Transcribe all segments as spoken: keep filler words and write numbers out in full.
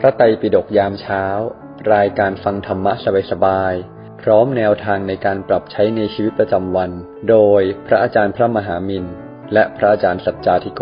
ระไตรปิฎกยามเช้ารายการฟังธรรมะสบายๆพร้อมแนวทางในการปรับใช้ในชีวิตประจำวันโดยพระอาจารย์พระมหามินและพระอาจารย์สัจจาธิโก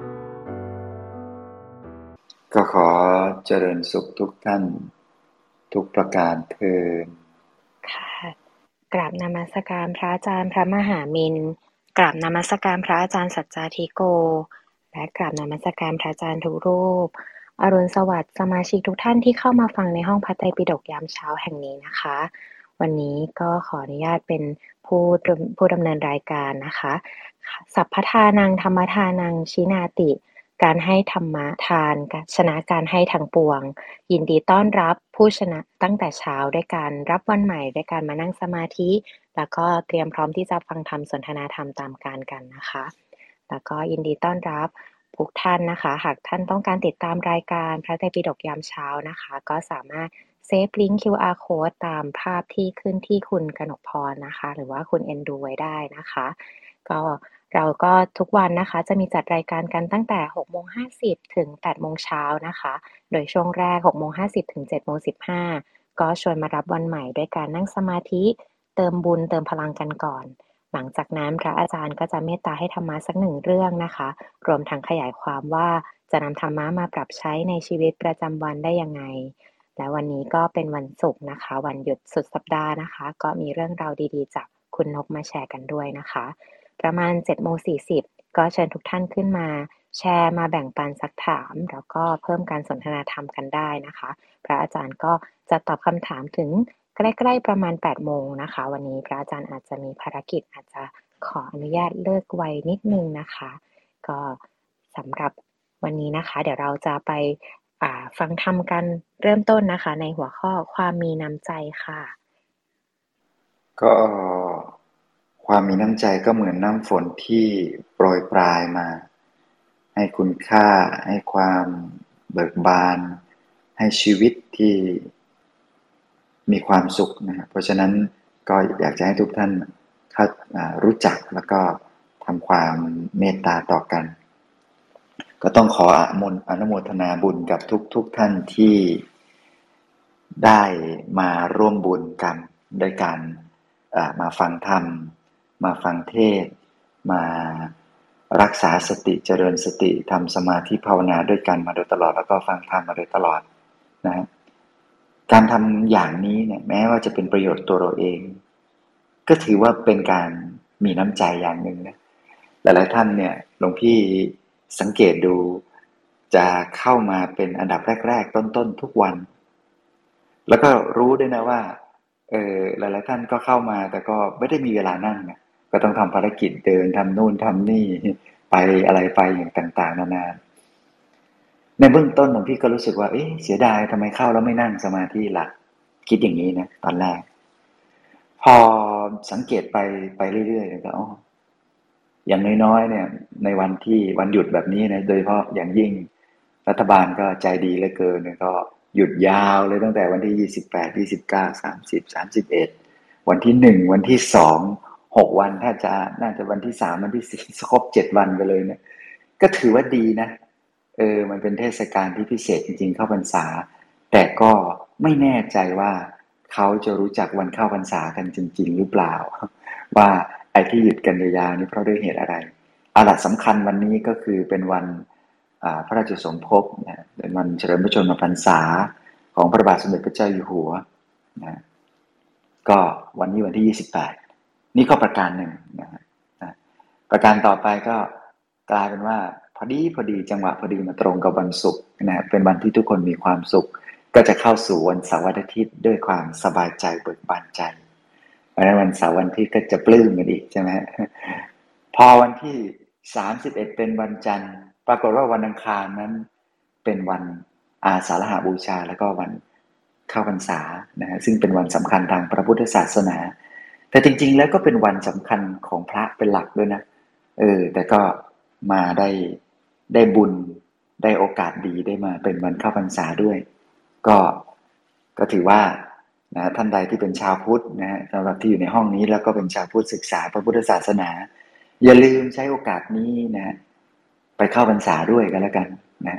ก็ขอเจริญสุขทุกท่านทุกประการเทินค่ะกราบนมัสการพระอาจารย์พระมหามินกราบนมัสการพระอาจารย์สัจจาธิโกและกราบนมัสการพระอาจารย์ทุกรูปอรุณสวัสดิ์สมาชิกทุกท่านที่เข้ามาฟังในห้องพระไตรปิฎกยามเช้าแห่งนี้นะคะวันนี้ก็ขออนุญาตเป็นผู้ผู้ดำเนินรายการนะคะสัพพทานังธรรมทานังชินาติการให้ธรรมะทานชนะการให้ทั้งปวงยินดีต้อนรับผู้ชนะตั้งแต่เช้าด้วยการรับวันใหม่ด้วยการมานั่งสมาธิแล้วก็เตรียมพร้อมที่จะฟังธรรมสนทนาธรรมตามการกันนะคะแล้วก็ยินดีต้อนรับทุกท่านนะคะหากท่านต้องการติดตามรายการพระไตรปิฎกยามเช้านะคะก็สามารถเซฟลิงก์ คิว อาร์ Code ตามภาพที่ขึ้นที่คุณกนกพรนะคะหรือว่าคุณเอ็นดูไว้ได้นะคะก็เราก็ทุกวันนะคะจะมีจัดรายการกันตั้งแต่ หกโมงห้าสิบ ถึง แปดโมงเช้านะคะโดยช่วงแรก หกโมงห้าสิบ ถึง เจ็ดโมงสิบห้า ก็ชวนมารับวันใหม่ด้วยการนั่งสมาธิเติมบุญเติมพลังกันก่อนหลังจากนั้นพระอาจารย์ก็จะเมตตาให้ธรรมะสักหนึ่งเรื่องนะคะรวมทั้งขยายความว่าจะนำธรรมะมาปรับใช้ในชีวิตประจำวันได้ยังไงและวันนี้ก็เป็นวันศุกร์นะคะวันหยุดสุดสัปดาห์นะคะก็มีเรื่องราวดีๆจากคุณนกมาแชร์กันด้วยนะคะประมาณ เจ็ดโมงสี่สิบ ก็เชิญทุกท่านขึ้นมาแชร์มาแบ่งปันสักถามแล้วก็เพิ่มการสนทนาธรรมกันได้นะคะพระอาจารย์ก็จะตอบคำถามถึงใกล้ๆประมาณ แปดโมงนะคะวันนี้พระอาจารย์อาจจะมีภารกิจอาจจะขออนุญาตเลิกไวนิดนึงนะคะก็สำหรับวันนี้นะคะเดี๋ยวเราจะไปฟังธรรมกันเริ่มต้นนะคะในหัวข้อความมีน้ำใจค่ะก็ความมีน้ำใจก็เหมือนน้ำฝนที่โปรยปลายมาให้คุณค่าให้ความเบิกบานให้ชีวิตที่มีความสุขนะครับเพราะฉะนั้นก็อยากจะให้ทุกท่านรู้จักแล้วก็ทำความเมตตาต่อกันก็ต้องขออนุโมทนาบุญกับทุกๆท่านที่ได้มาร่วมบุญกันโดยการมาฟังธรรมมาฟังเทศน์มารักษาสติเจริญสติทำสมาธิภาวนาด้วยกันมาโดยตลอดแล้วก็ฟังธรรมมาโดยตลอดนะการทำอย่างนี้เนี่ยแม้ว่าจะเป็นประโยชน์ตัวเราเองก็ถือว่าเป็นการมีน้ำใจอย่างหนึ่งนะหลายๆท่านเนี่ยหลวงพี่สังเกตดูจะเข้ามาเป็นอันดับแรกๆต้นๆทุกวันแล้วก็รู้ด้วยนะว่าเออหลายๆท่านก็เข้ามาแต่ก็ไม่ได้มีเวลานั่งนะก็ต้องทำภารกิจเดินทำนู่นทำนี่ไปอะไรไปอย่างต่างๆนานาในเบื้องต้นหลวงพี่ก็รู้สึกว่าเอ๊ะเสียดายทำไมเข้าแล้วไม่นั่งสมาธิล่ะคิดอย่างนี้นะตอนแรกพอสังเกตไปไปเรื่อยๆก็อ๋ออย่างน้อยๆเนี่ยในวันที่วันหยุดแบบนี้นะโดยเฉพาะอย่างยิ่งรัฐบาลก็ใจดีเหลือเกินเนี่ยก็หยุดยาวเลยตั้งแต่วันที่ยี่สิบแปด ยี่สิบเก้า สามสิบ สามสิบเอ็ดวันที่หนึ่งวันที่สองหกวันถ้าจะน่าจะวันที่สามวันที่สี่ครบเจ็ดวันไปเลยเนี่ยก็ถือว่าดีนะเออมันเป็นเทศกาลที่พิเศษจริงๆเข้าพรรษาแต่ก็ไม่แน่ใจว่าเขาจะรู้จักวันเข้าพรรษากันจริงๆหรือเปล่าว่าไอ้ที่หยุดกันยาวๆนี่เพราะด้วยเหตุอะไรเอาล่ะสำคัญวันนี้ก็คือเป็นวันพระราชสมภพนะเป็นวันเฉลิมพระชนมพรรษาของพระบาทสมเด็จพระเจ้าอยู่หัวนะก็วันนี้วันที่ยี่สิบแปดนี่ก็ประการหนึ่งนะนะประการต่อไปก็กลายเป็นว่าพอดีพอดีจังหวะพอดีมาตรงกับวันศุกร์นะเป็นวันที่ทุกคนมีความสุขก็จะเข้าสู่วันเสาร์อาทิตย์ด้วยความสบายใจเบิกบานใจเพราะฉะนั้นวันเสาร์วันอาทิตย์ก็จะปลื้มกันอีกใช่ไหมพอวันที่สามสิบเอ็ดเป็นวันจันทร์ปรากฏว่าวันอังคารนั้นเป็นวันอาสาฬหบูชาแล้วก็วันเข้าพรรษานะฮะซึ่งเป็นวันสำคัญทางพระพุทธศาสนาแต่จริงๆแล้วก็เป็นวันสำคัญของพระเป็นหลักด้วยนะเออแต่ก็มาได้ได้บุญได้โอกาสดีได้มาเป็นวันเข้าพรรษาด้วยก็ก็ถือว่านะท่านใดที่เป็นชาวพุทธนะฮะสำหรับที่อยู่ในห้องนี้แล้วก็เป็นชาวพุทธศึกษาพระพุทธศาสนาอย่าลืมใช้โอกาสนี้นะไปเข้าพรรษาด้วยกันแล้วกันนะ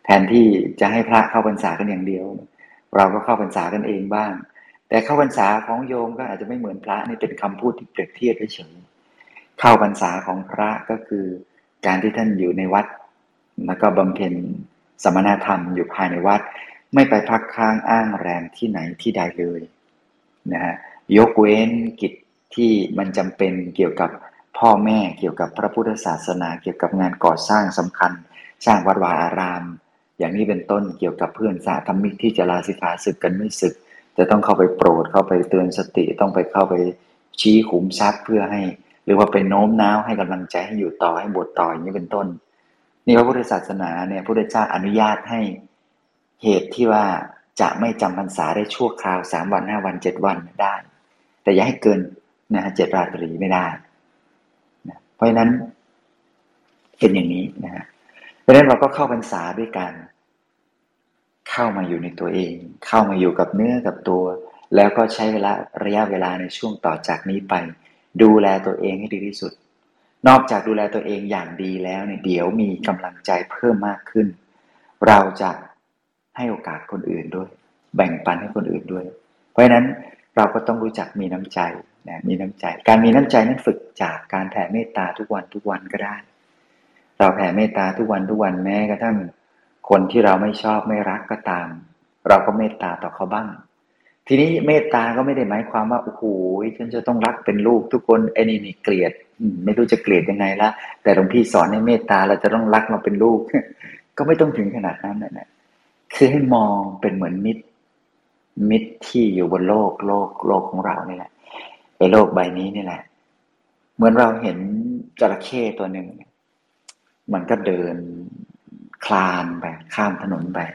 แทนที่จะให้พระเข้าพรรษากันอย่างเดียวเราก็เข้าพรรษากันเองบ้างแต่เข้าพรรษาของโยมก็อาจจะไม่เหมือนพระนี่เป็นคำพูดที่เปรียบเทียบเฉยๆเข้าพรรษาของพระก็คือการที่ท่านอยู่ในวัดแล้วก็บำเพ็ญสมณธรรมอยู่ภายในวัดไม่ไปพักค้างอ้างแรมที่ไหนที่ใดเลยนะฮะยกเว้นกิจที่มันจำเป็นเกี่ยวกับพ่อแม่เกี่ยวกับพระพุทธศาสนาเกี่ยวกับงานก่อสร้างสำคัญสร้างวัดวาอารามอย่างนี้เป็นต้นเกี่ยวกับเพื่อนสาธมิกที่จะลาสิกขาศึกกันไม่ศึกจะต้องเข้าไปโปรดเข้าไปเตือนสติต้องไปเข้าไปชี้ขุมทรัพย์เพื่อให้หรือว่าเป็นโน้มน้าวให้กำลังใจให้อยู่ต่อให้บวชต่ออย่างนี้เป็นต้นนี่พระพุทธศาสนาเนี่ยพระพุทธเจ้าอนุญาตให้เหตุที่ว่าจะไม่จำพรรษาได้ชั่วคราวสามวันห้าวันเจ็ดวันได้แต่อย่าให้เกินนะเจ็ดราตรีไม่ได้นะเพราะฉะนั้นเป็นอย่างนี้นะฮะเพราะฉะนั้นเราก็เข้าพรรษาด้วยกันเข้ามาอยู่ในตัวเองเข้ามาอยู่กับเนื้อกับตัวแล้วก็ใช้เวลาระยะเวลาในช่วงต่อจากนี้ไปดูแลตัวเองให้ดีที่สุดนอกจากดูแลตัวเองอย่างดีแล้วเนี่ยเดี๋ยวมีกำลังใจเพิ่มมากขึ้นเราจะให้โอกาสคนอื่นด้วยแบ่งปันให้คนอื่นด้วยเพราะฉะนั้นเราก็ต้องรู้จักมีน้ำใจนะมีน้ำใจการมีน้ำใจนั้นฝึกจากการแผ่เมตตาทุกวันทุกวันก็ได้เราแผ่เมตตาทุกวันทุกวันแม้กระทั่งคนที่เราไม่ชอบไม่รักก็ตามเราก็เมตตาต่อเขาบ้างทีนี้เมตตาก็ไม่ได้หมายความว่าโอ้โหฉันจะต้องรักเป็นลูกทุกคนไอ้นี่นี่เกลียดไม่รู้จะเกลียดยังไงละแต่หลวงพี่สอนให้เมตตาเราจะต้องรักเราเป็นลูกก็ไม่ต้องถึงขนาดนั้นนะคือให้มองเป็นเหมือนมิตรมิตรที่อยู่บนโลกโลกโลกของเรานี่แหละไอ้โลกใบนี้นี่แหละเหมือนเราเห็นจระเข้ตัวหนึ่งมันก็เดินคลานไปข้ามถนนไป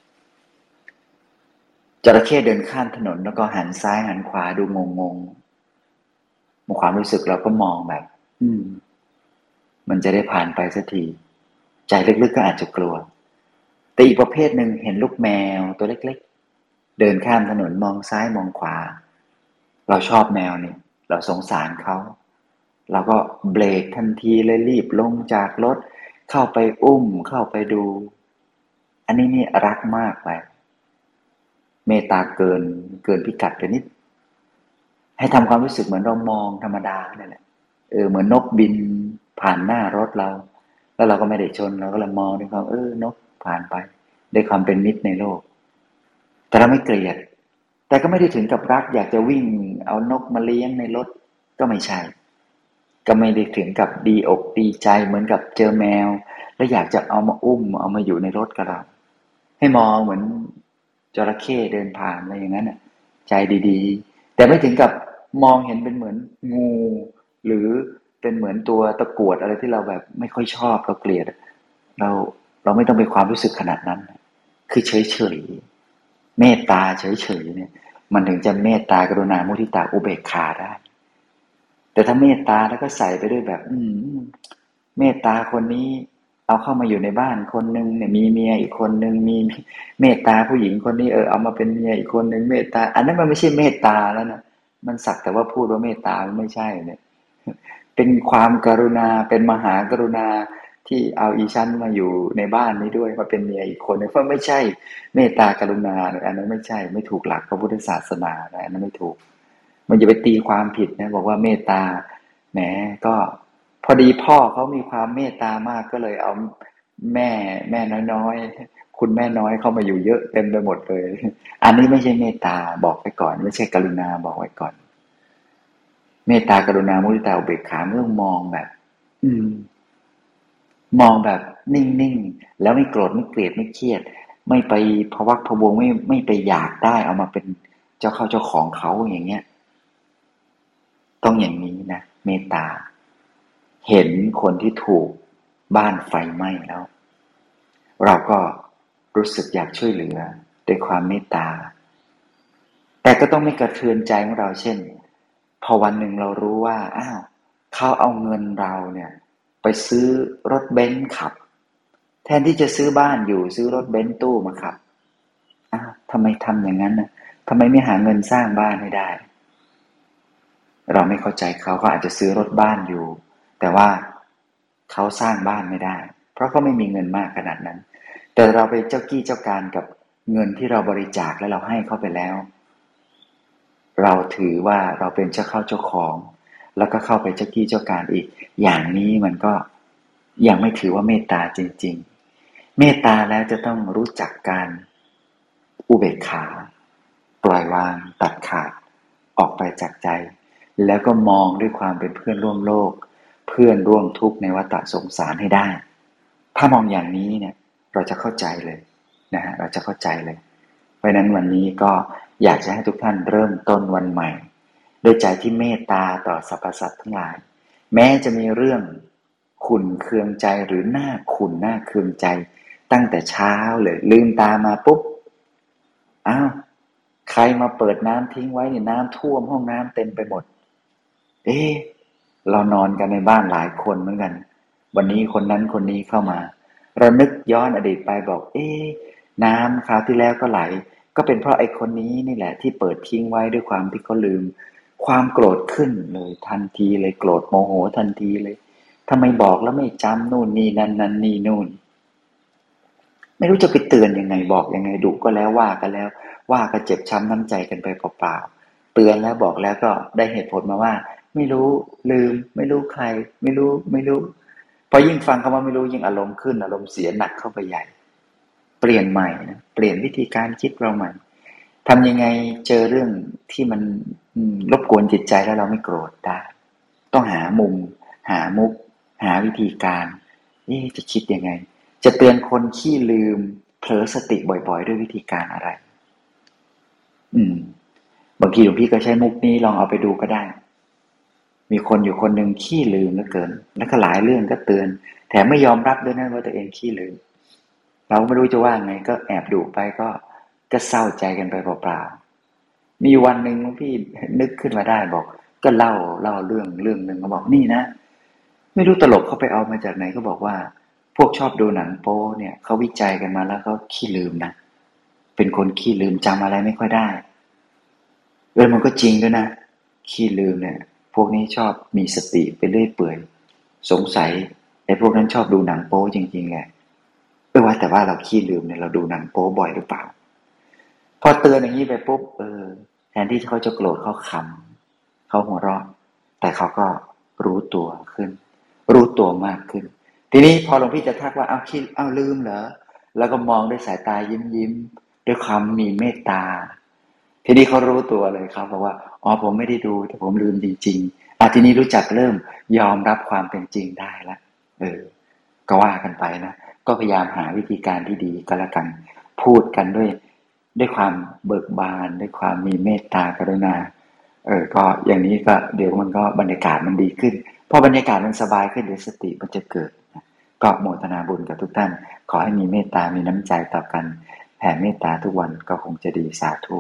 จระเข้เดินข้ามถนนแล้วก็หันซ้ายหันขวาดูงงงๆความรู้สึกเราก็มองแบบอืมมันจะได้ผ่านไปสักทีใจลึกๆก็อาจจะกลัวแต่อีกประเภทหนึ่งเห็นลูกแมวตัวเล็กๆเดินข้ามถนนมองซ้ายมองขวาเราชอบแมวนี่เราสงสารเขาเราก็เบรกทันทีเลยรีบลงจากรถเข้าไปอุ้มเข้าไปดูอันนี้นี่รักมากไปเมตตาเกินเกินพิกัดไปนิดให้ทำความรู้สึกเหมือนเรามองธรรมดาเนี่ยแหละเออเหมือนนกบินผ่านหน้ารถเราแล้วเราก็ไม่ได้ชนเราก็เลยมองด้วยความเออนกผ่านไปด้วยความเป็นมิตรในโลกแต่เราไม่เกลียดแต่ก็ไม่ได้ถึงกับรักอยากจะวิ่งเอานกมาเลี้ยงในรถก็ไม่ใช่ก็ไม่ได้ถึงกับดีอกดีใจเหมือนกับเจอแมวแล้วอยากจะเอามาอุ้มเอามาอยู่ในรถกับเราให้มองเหมือนจระเข้เดินผ่านอะไรอย่างนั้นน่ะใจดีๆแต่ไม่ถึงกับมองเห็นเป็นเหมือนงูหรือเป็นเหมือนตัวตะกรวดอะไรที่เราแบบไม่ค่อยชอบเราเกลียดเราเราไม่ต้องไปความรู้สึกขนาดนั้นคือเฉยๆเมตตาเฉยๆเนี่ยมันถึงจะเมตตากรุณามุทิตาอุเบกขาได้แต่ถ้าเมตตาแล้วก็ใส่ไปด้วยแบบอืมเมตตาคนนี้เอาเข้ามาอยู่ในบ้านคนนึงเนี่ยมีเมียอีกคนนึงมีเมตตาผู้หญิงคนนี้เออเอามาเป็นเมียอีกคนนึงเมตตาอันนั้นมันไม่ใช่เมตตาแล้วนะมันสักแต่ว่าพูดว่าเมตตามันไม่ใช่เนี่ยเป็นความกรุณาเป็นมหากรุณาที่เอาอีชั้นมาอยู่ในบ้านนี้ด้วยมาเป็นเมียอีกคนนึงเพราะไม่ใช่เมตตากรุณาอันนั้นไม่ใช่ไม่ถูกหลักพระพุทธศาสนาอันนั้นไม่ถูกมันจะไปตีความผิดนะบอกว่าเมตตาแหมก็พอดีพ่อเขามีความเมตตามากก็เลยเอาแม่แม่น้อยๆคุณแม่น้อยเข้ามาอยู่เยอะเต็มไปหมดเลยอันนี้ไม่ใช่เมตตาบอกไปก่อนไม่ใช่กรุณาบอกไว้ก่อนเมตตากรุณามุทิตาอุเบกขาเมื่อมองแบบอืมมองแบบนิ่งๆแล้วไม่โกรธไม่เกลียดไม่เครียดไม่ไปพะวักพะวงไม่ไม่ไปอยากได้เอามาเป็นเจ้าเข้าเจ้าของเขาอย่างเงี้ยต้องอย่างนี้นะเมตตาเห็นคนที่ถูกบ้านไฟไหม้แล้วเราก็รู้สึกอยากช่วยเหลือด้วยความเมตตาแต่ก็ต้องไม่กระเทือนใจของเราเช่นพอวันหนึ่งเรารู้ว่าอ้าวเขาเอาเงินเราเนี่ยไปซื้อรถเบนซ์ขับแทนที่จะซื้อบ้านอยู่ซื้อรถเบนซ์ตู้มาขับอ้าวทำไมทำอย่างนั้นนะทำไมไม่หาเงินสร้างบ้านให้ได้เราไม่เข้าใจเขาเขาอาจจะซื้อรถบ้านอยู่แต่ว่าเขาสร้างบ้านไม่ได้เพราะเขาไม่มีเงินมากขนาดนั้นแต่เราไปเจ้ากี้เจ้าการกับเงินที่เราบริจาคและเราให้เขาไปแล้วเราถือว่าเราเป็นเจ้าเข้าเจ้าของแล้วก็เข้าไปเจ้ากี้เจ้าการอีกอย่างนี้มันก็ยังไม่ถือว่าเมตตาจริงๆเมตตาแล้วจะต้องรู้จักการอุเบกขาปล่อยวางตัดขาดออกไปจากใจแล้วก็มองด้วยความเป็นเพื่อนร่วมโลกเพื่อนร่วมทุกข์ในวัฏสงสารให้ได้ถ้ามองอย่างนี้เนี่ยเราจะเข้าใจเลยนะฮะเราจะเข้าใจเลยเพราะนั้นวันนี้ก็อยากจะให้ทุกท่านเริ่มต้นวันใหม่ด้วยใจที่เมตตาต่อสรรพสัตว์ทั้งหลายแม้จะมีเรื่องขุ่นเคืองใจหรือหน้าขุ่นหน้าเคืองใจตั้งแต่เช้าเลยลืมตามาปุ๊บอ้าวใครมาเปิดน้ำทิ้งไว้เนี่ยน้ำท่วมห้องน้ำเต็มไปหมดเอ๊ะเรานอนกันในบ้านหลายคนเหมือนกันวันนี้คนนั้นคนนี้เข้ามาเรานึกย้อนอดีตไปบอกเอ๊ะน้ำคราวที่แล้วก็ไหลก็เป็นเพราะไอ้คนนี้นี่แหละที่เปิดทิ้งไว้ด้วยความที่เขาลืมความโกรธขึ้นเลยทันทีเลยโกรธโมโหทันทีเลยทำไมบอกแล้วไม่จำนู่นนี่นั่นนั่นนี่นู่นไม่รู้จะไปเตือนยังไงบอกยังไงดุก็แล้วว่ากันแล้วว่าก็เจ็บช้ำน้ำใจกันไปเปล่าๆเตือนแล้วบอกแล้วก็ได้เหตุผลมาว่าไม่รู้ลืมไม่รู้ใครไม่รู้ไม่รู้พอยิ่งฟังคำว่าไม่รู้ยิ่งอารมณ์ขึ้นอารมณ์เสียหนักเข้าไปใหญ่เปลี่ยนใหม่นะเปลี่ยนวิธีการคิดเราใหม่ทำยังไงเจอเรื่องที่มันรบกวนจิตใจแล้วเราไม่โกรธได้ต้องหามุมหามุกหาวิธีการนี่จะคิดยังไงจะเตือนคนขี้ลืมเผลอสติบ่อยๆด้วยวิธีการอะไรอืมบางทีหลวงพี่ก็ใช้มุกนี้ลองเอาไปดูก็ได้มีคนอยู่คนหนึ่งขี้ลืมเหลือเกินแล้วก็หลายเรื่องก็เตือนแถมไม่ยอมรับด้วยนะว่าตัวเองขี้ลืมเราไม่รู้จะว่าไงก็แอบดุไปก็ก็เศร้าใจกันไปเปล่าๆมีวันหนึ่งพี่นึกขึ้นมาได้บอกก็เล่าเล่าเรื่องเรื่องหนึ่งก็บอกนี่นะไม่รู้ตลกเขาไปเอามาจากไหนก็บอกว่าพวกชอบดูหนังโป๊เนี่ยเขาวิจัยกันมาแล้วเขาขี้ลืมนะเป็นคนขี้ลืมจำอะไรไม่ค่อยได้เออมันก็จริงด้วยนะขี้ลืมเนี่ยพวกนี้ชอบมีสติไปเรื่อยเปื่อยสงสัยไอ้พวกนั้นชอบดูหนังโป๊จริงๆแหละเออว่าแต่ว่าเราขี้ลืมเนี่ยเราดูหนังโป๊บ่อยหรือเปล่าพอเตือนอย่างนี้ไปปุ๊บเออแทนที่เขาจะโกรธเขาขำเขาหัวเราะแต่เขาก็รู้ตัวขึ้นรู้ตัวมากขึ้นทีนี้พอหลวงพี่จะทักว่าเอาขี้เอาลืมเหรอแล้วก็มองด้วยสายตายิ้มยิ้มด้วยความมีเมตตาทีนี้เขารู้ตัวเลยครับบอกว่าอ๋อผมไม่ได้ดูแต่ผมลืมจริงๆอ่ะทีนี้รู้จักเริ่มยอมรับความเป็นจริงได้ละเออก็ว่ากันไปนะก็พยายามหาวิธีการที่ดีก็แล้วกันพูดกันด้วยด้วยความเบิกบานด้วยความมีเมตตากรุณาเออก็อย่างนี้ก็เดี๋ยวมันก็บรรยากาศมันดีขึ้นพอบรรยากาศมันสบายขึ้นเดี๋ยวสติมันจะเกิดก็โมทนาบุญกับทุกท่านขอให้มีเมตตามีน้ำใจต่อกันแผ่เมตตาทุกวันก็คงจะดีสาธุ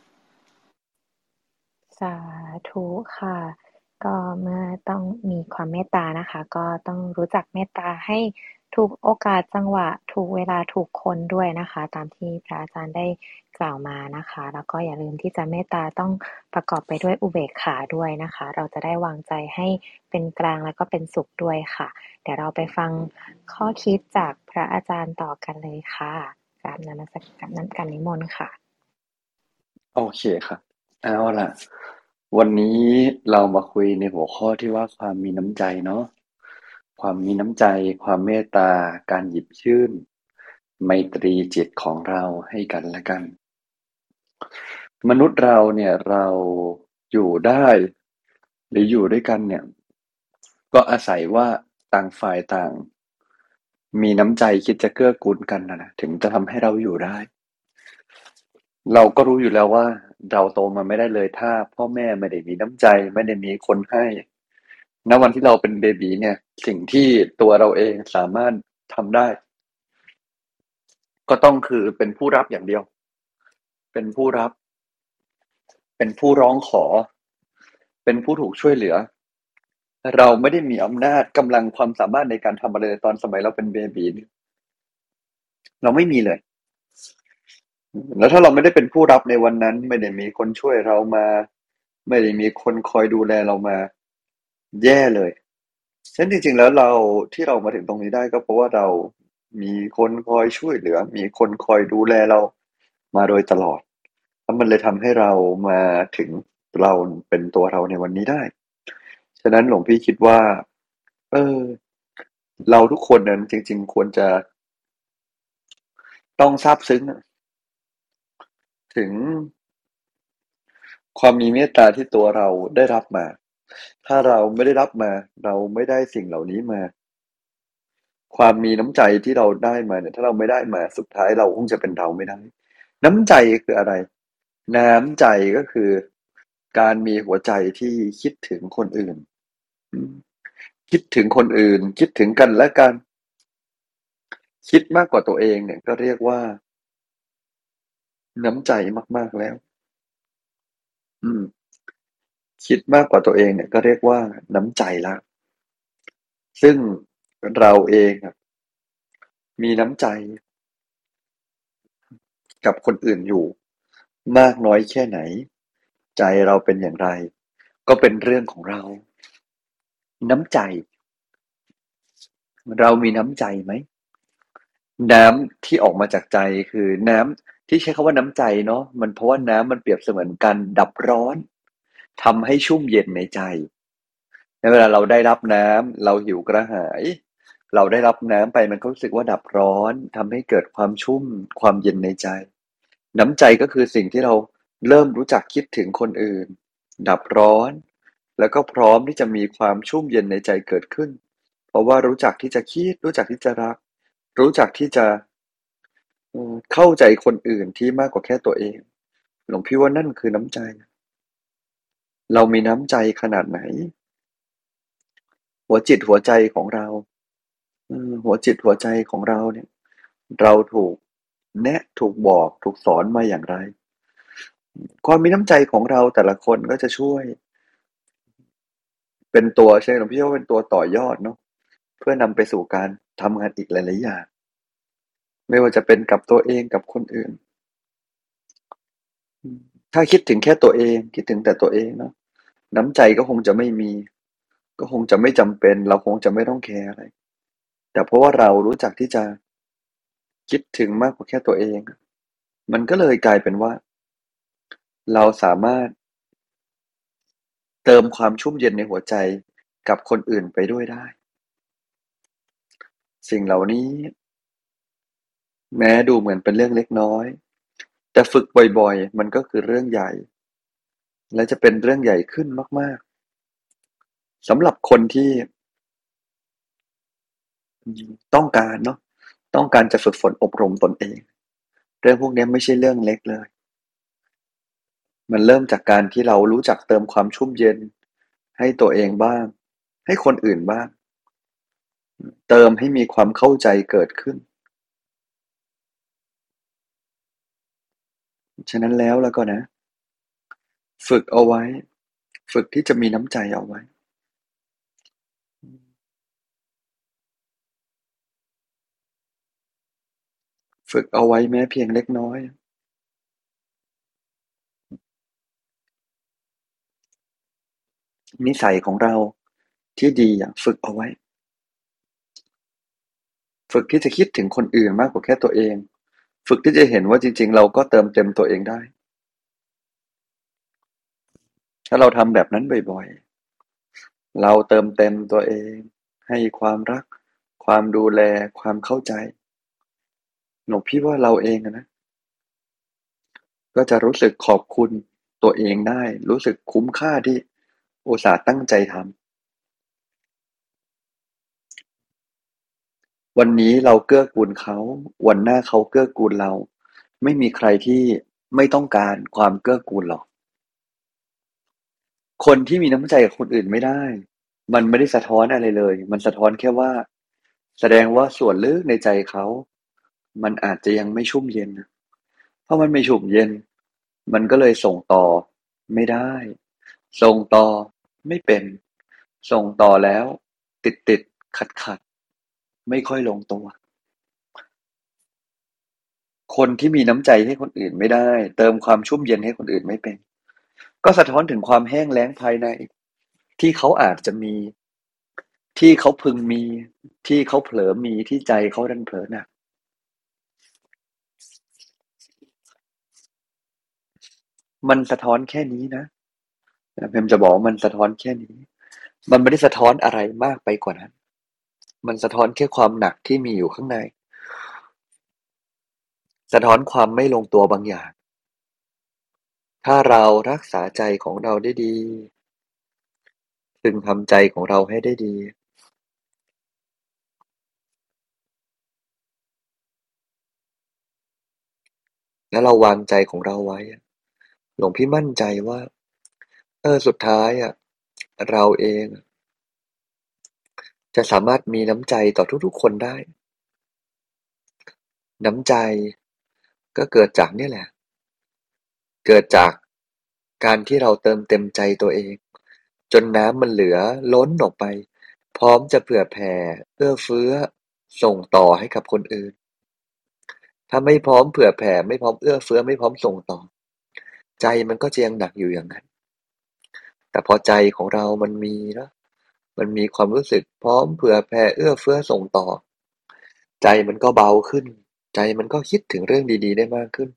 สาธุค่ะก็เมื่อต้องมีความเมตตานะคะก็ต้องรู้จักเมตตาให้ถูกโอกาสจังหวะถูกเวลาถูกคนด้วยนะคะตามที่พระอาจารย์ได้กล่าวมานะคะแล้วก็อย่าลืมที่จะเมตตาต้องประกอบไปด้วยอุเบกขาด้วยนะคะเราจะได้วางใจให้เป็นกลางแล้วก็เป็นสุขด้วยค่ะเดี๋ยวเราไปฟังข้อคิดจากพระอาจารย์ต่อกันเลยค่ะกราบนมัสการน้ำกันนิมนต์ค่ะโอเคครับเอาล่ะวันนี้เรามาคุยในหัวข้อที่ว่าความมีน้ำใจเนาะความมีน้ำใจความเมตตาการหยิบยื่นไมตรีจิตของเราให้กันและกันมนุษย์เราเนี่ยเราอยู่ได้หรืออยู่ด้วยกันเนี่ยก็อาศัยว่าต่างฝ่ายต่างมีน้ำใจคิดจะเกื้อกูลกันนะนะถึงจะทำให้เราอยู่ได้ เราก็รู้อยู่แล้วว่าเราโตมาไม่ได้เลยถ้าพ่อแม่ไม่ได้มีน้ำใจไม่ได้มีคนให้ณวันที่เราเป็นเบบีเนี่ยสิ่งที่ตัวเราเองสามารถทำได้ก็ต้องคือเป็นผู้รับอย่างเดียวเป็นผู้รับเป็นผู้ร้องขอเป็นผู้ถูกช่วยเหลือเราไม่ได้มีอำนาจกำลังความสามารถในการทำอะไรตอนสมัยเราเป็นเบบีเราไม่มีเลยแล้วถ้าเราไม่ได้เป็นผู้รับในวันนั้นไม่ได้มีคนช่วยเรามาไม่ได้มีคนคอยดูแลเรามาแย่เลยฉะนั้นจริงๆแล้วเราที่เรามาถึงตรงนี้ได้ก็เพราะว่าเรามีคนคอยช่วยเหลือมีคนคอยดูแลเรามาโดยตลอดแล้วมันเลยทำให้เรามาถึงเราเป็นตัวเราในวันนี้ได้ฉะนั้นหลวงพี่คิดว่าเออเราทุกคนนั้นจริงๆควรจะต้องซาบซึ้งถึงความมีเมตตาที่ตัวเราได้รับมา ถ้าเราไม่ได้รับมาเราไม่ได้สิ่งเหล่านี้มาความมีน้ำใจที่เราได้มาเนี่ยถ้าเราไม่ได้มาสุดท้ายเราคงจะเป็นเราไม่ได้น้ำใจคืออะไรน้ำใจก็คือการมีหัวใจที่คิดถึงคนอื่นคิดถึงคนอื่นคิดถึงกันและกันคิดมากกว่าตัวเองเนี่ยก็เรียกว่าน้ำใจมากๆแล้วอืมคิดมากกว่าตัวเองเนี่ยก็เรียกว่าน้ำใจแล้วซึ่งเราเองมีน้ำใจกับคนอื่นอยู่มากน้อยแค่ไหนใจเราเป็นอย่างไรก็เป็นเรื่องของเราน้ำใจเรามีน้ำใจไหมน้ำที่ออกมาจากใจคือน้ำที่ใช้คำว่าน้ำใจเนาะมันเพราะว่าน้ำมันเปรียบเสมือนการดับร้อนทำให้ชุ่มเย็นในใจในเวลาเราได้รับน้ำเราหิวกระหายเราได้รับน้ำไปมันก็รู้สึกว่าดับร้อนทำให้เกิดความชุ่มความเย็นในใจน้ำใจก็คือสิ่งที่เราเริ่มรู้จักคิดถึงคนอื่นดับร้อนแล้วก็พร้อมที่จะมีความชุ่มเย็นในใจเกิดขึ้นเพราะว่ารู้จักที่จะคิดรู้จักที่จะรักรู้จักที่จะอืมเข้าใจคนอื่นที่มากกว่าแค่ตัวเองหลวงพี่ว่านั่นคือน้ำใจเรามีน้ำใจขนาดไหนหัวจิตหัวใจของเราอืมหัวจิตหัวใจของเราเนี่ยเราถูกแนะถูกบอกถูกสอนมาอย่างไรความมีน้ำใจของเราแต่ละคนก็จะช่วยเป็นตัวใช่หลวงพี่ว่าเป็นตัวต่อยอดเนาะเพื่อนำไปสู่การทำงานอีกหลายๆอย่างไม่ว่าจะเป็นกับตัวเองกับคนอื่นอืมถ้าคิดถึงแค่ตัวเองคิดถึงแต่ตัวเองเนาะน้ำใจก็คงจะไม่มีก็คงจะไม่จำเป็นเราคงจะไม่ต้องแคร์อะไรแต่เพราะว่าเรารู้จักที่จะคิดถึงมากกว่าแค่ตัวเองมันก็เลยกลายเป็นว่าเราสามารถเติมความชุ่มเย็นในหัวใจกับคนอื่นไปด้วยได้สิ่งเหล่านี้แม้ดูเหมือนเป็นเรื่องเล็กน้อยแต่ฝึกบ่อยๆมันก็คือเรื่องใหญ่และจะเป็นเรื่องใหญ่ขึ้นมากๆสำหรับคนที่ต้องการเนาะต้องการจะฝึกฝนอบรมตนเองเรื่องพวกนี้ไม่ใช่เรื่องเล็กเลยมันเริ่มจากการที่เรารู้จักเติมความชุ่มเย็นให้ตัวเองบ้างให้คนอื่นบ้างเติมให้มีความเข้าใจเกิดขึ้นฉะนั้นแล้วแล้วก็นะฝึกเอาไว้ฝึกที่จะมีน้ำใจเอาไว้ฝึกเอาไว้แม้เพียงเล็กน้อยนิสัยของเราที่ดีอะฝึกเอาไว้ฝึกที่จะคิดถึงคนอื่นมากกว่าแค่ตัวเองฝึกที่จะเห็นว่าจริงๆเราก็เติมเต็มตัวเองได้ถ้าเราทำแบบนั้นบ่อยๆเราเติมเต็มตัวเองให้ความรักความดูแลความเข้าใจหลวงพี่ว่าเราเองอะนะก็จะรู้สึกขอบคุณตัวเองได้รู้สึกคุ้มค่าที่อุตส่าห์ตั้งใจทำวันนี้เราเกื้อกูลเขาวันหน้าเขาเกื้อกูลเราไม่มีใครที่ไม่ต้องการความเกื้อกูลหรอกคนที่มีน้ำใจกับคนอื่นไม่ได้มันไม่ได้สะท้อนอะไรเลยมันสะท้อนแค่ว่าแสดงว่าส่วนลึกในใจเขามันอาจจะยังไม่ชุ่มเย็นเพราะมันไม่ชุ่มเย็นมันก็เลยส่งต่อไม่ได้ส่งต่อไม่เป็นส่งต่อแล้วติดติดขัดขัดๆไม่ค่อยลงตัวคนที่มีน้ำใจให้คนอื่นไม่ได้เติมความชุ่มเย็นให้คนอื่นไม่เป็นก็สะท้อนถึงความแห้งแล้งภายในที่เขาอาจจะมีที่เขาพึงมีที่เขาเผลอมีที่ใจเขาดันเผลอหนักมันสะท้อนแค่นี้นะเพมจะบอกว่ามันสะท้อนแค่นี้มันไม่ได้สะท้อนอะไรมากไปกว่านั้นมันสะท้อนแค่ความหนักที่มีอยู่ข้างในสะท้อนความไม่ลงตัวบางอย่างถ้าเรารักษาใจของเราได้ดีพึงทำใจของเราให้ได้ดีแล้วเราวางใจของเราไว้หลวงพี่มั่นใจว่าเออสุดท้ายอ่ะเราเองจะสามารถมีน้ำใจต่อทุกๆคนได้น้ำใจก็เกิดจากเนี่ยแหละเกิดจากการที่เราเติมเต็มใจตัวเองจนน้ำมันเหลือล้นออกไปพร้อมจะเผื่อแผ่เอื้อเฟื้อส่งต่อให้กับคนอื่นถ้าไม่พร้อมเผื่อแผ่ไม่พร้อมเอื้อเฟื้อไม่พร้อมส่งต่อใจมันก็จะยังหนักอยู่อย่างนั้นแต่พอใจของเรามันมีแล้วมันมีความรู้สึกพร้อมเผื่อแผ่เอื้อเฟื้อส่งต่อใจมันก็เบาขึ้นใจมันก็คิดถึงเรื่องดีๆได้มากขึ้น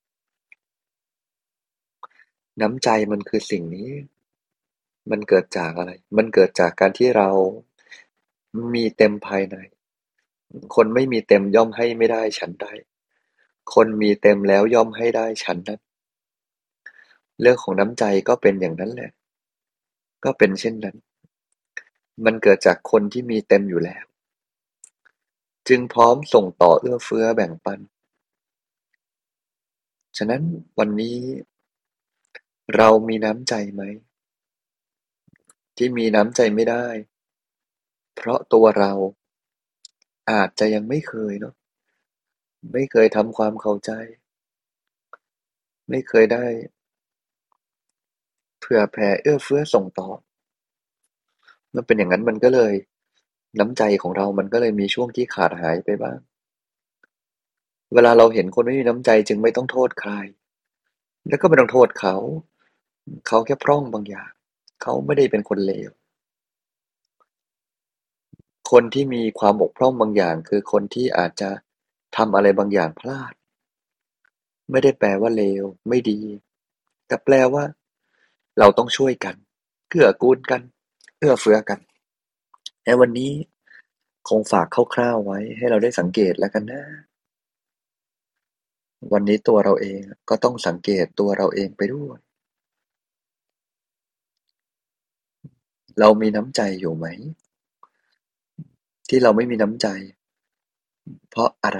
น้ำใจมันคือสิ่งนี้มันเกิดจากอะไรมันเกิดจากการที่เรามีเต็มภายในคนไม่มีเต็มย่อมให้ไม่ได้ฉันใดคนมีเต็มแล้วย่อมให้ได้ฉันนั้นเรื่องของน้ำใจก็เป็นอย่างนั้นแหละก็เป็นเช่นนั้นมันเกิดจากคนที่มีเต็มอยู่แล้วจึงพร้อมส่งต่อเอื้อเฟื้อแบ่งปันฉะนั้นวันนี้เรามีน้ำใจไหมที่มีน้ำใจไม่ได้เพราะตัวเราอาจจะยังไม่เคยเนาะไม่เคยทำความเข้าใจไม่เคยได้เผื่อแผ่เอื้อเฟื้อส่งต่อมันเป็นอย่างนั้นมันก็เลยน้ำใจของเรามันก็เลยมีช่วงที่ขาดหายไปบ้างเวลาเราเห็นคนไม่มีน้ำใจจึงไม่ต้องโทษใครแล้วก็ไม่ต้องโทษเขาเขาแค่พร่องบางอย่างเขาไม่ได้เป็นคนเลวคนที่มีความบกพร่องบางอย่างคือคนที่อาจจะทำอะไรบางอย่างพลาดไม่ได้แปลว่าเลวไม่ดีแต่แปลว่าเราต้องช่วยกันเกื้อกูลกันเอื้อเฟื้อกันในวันนี้คงฝากคร่าวๆไว้ให้เราได้สังเกตแล้วกันนะวันนี้ตัวเราเองก็ต้องสังเกตตัวเราเองไปด้วยเรามีน้ำใจอยู่ไหมที่เราไม่มีน้ำใจเพราะอะไร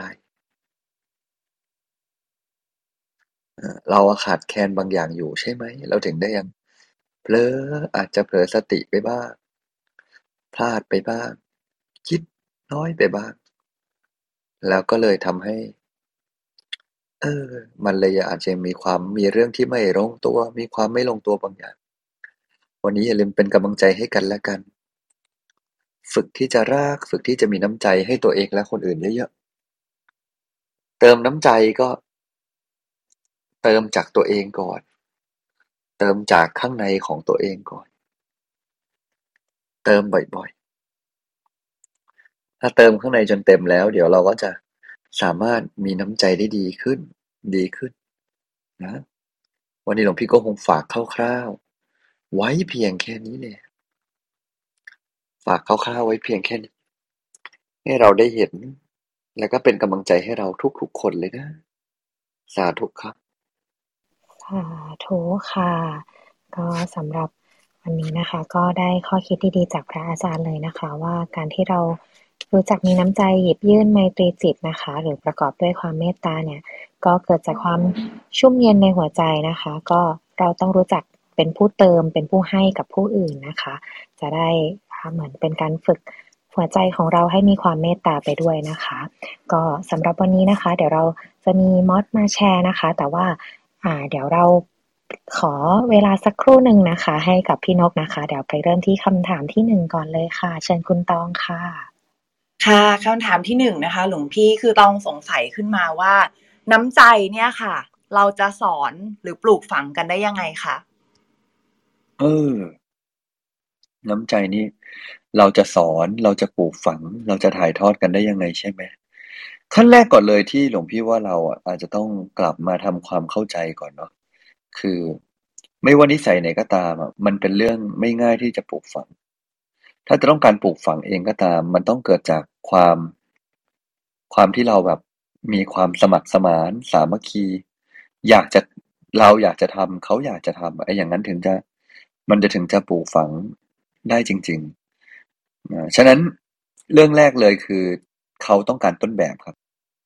เอ่อเราขาดแคลนบางอย่างอยู่ใช่ไหมเราถึงได้ยังเผลออาจจะเผลอสติไปบ้างพลาดไปบ้างคิดน้อยไปบ้างแล้วก็เลยทำให้เออมันเลยอาจจะมีความมีเรื่องที่ไม่ลงตัวมีความไม่ลงตัวบางอย่างวันนี้อย่าลืมเป็นกำลังใจให้กันและกันฝึกที่จะรักฝึกที่จะมีน้ำใจให้ตัวเองและคนอื่นเยอะๆเติมน้ำใจก็เติมจากตัวเองก่อนเติมจากข้างในของตัวเองก่อนเติมบ่อยๆถ้าเติมข้างในจนเต็มแล้วเดี๋ยวเราก็จะสามารถมีน้ำใจได้ดีขึ้นดีขึ้นนะวันนี้หลวงพี่ก็คงฝากคร่าวๆไว้เพียงแค่นี้เลยฝากคร่าวๆไว้เพียงแค่นี้ให้เราได้เห็นแล้วก็เป็นกำลังใจให้เราทุกๆคนเลยนะสาธุครับสาธุค่ะก็สำหรับวันนี้นะคะก็ได้ข้อคิดดีๆจากพระอาจารย์เลยนะคะว่าการที่เรารู้จักมีน้ำใจหยิบยื่นไมตรีจิตนะคะหรือประกอบด้วยความเมตตาเนี่ยก็เกิดจากความชุ่มเย็นในหัวใจนะคะก็เราต้องรู้จักเป็นผู้เติมเป็นผู้ให้กับผู้อื่นนะคะจะได้เหมือนเป็นการฝึกหัวใจของเราให้มีความเมตตาไปด้วยนะคะก็สำหรับวันนี้นะคะเดี๋ยวเราจะมีมอดมาแชร์นะคะแต่ว่า อ่าเดี๋ยวเราขอเวลาสักครู่หนึ่งนะคะให้กับพี่นกนะคะเดี๋ยวไปเริ่มที่คำถามที่หนึ่งก่อนเลยค่ะเชิญคุณตองค่ะค่ะคำถามที่หนึ่งนะคะหลวงพี่คือต้องสงสัยขึ้นมาว่าน้ำใจเนี่ยค่ะเราจะสอนหรือปลูกฝังกันได้ยังไงคะเออน้ำใจนี่เราจะสอนเราจะปลูกฝังเราจะถ่ายทอดกันได้ยังไงใช่ไหมขั้นแรกก่อนเลยที่หลวงพี่ว่าเราอ่ะอาจจะต้องกลับมาทำความเข้าใจก่อนเนาะคือไม่ว่านิสัยไหนก็ตามอ่ะมันเป็นเรื่องไม่ง่ายที่จะปลูกฝังถ้าจะต้องการปลูกฝังเองก็ตามมันต้องเกิดจากความความที่เราแบบมีความสมัครสมานสามัคคีอยากจะเราอยากจะทำเขาอยากจะทำไอ้อย่างนั้นถึงจะมันจะถึงจะปลูกฝังได้จริงๆอ่าฉะนั้นเรื่องแรกเลยคือเขาต้องการต้นแบบครับ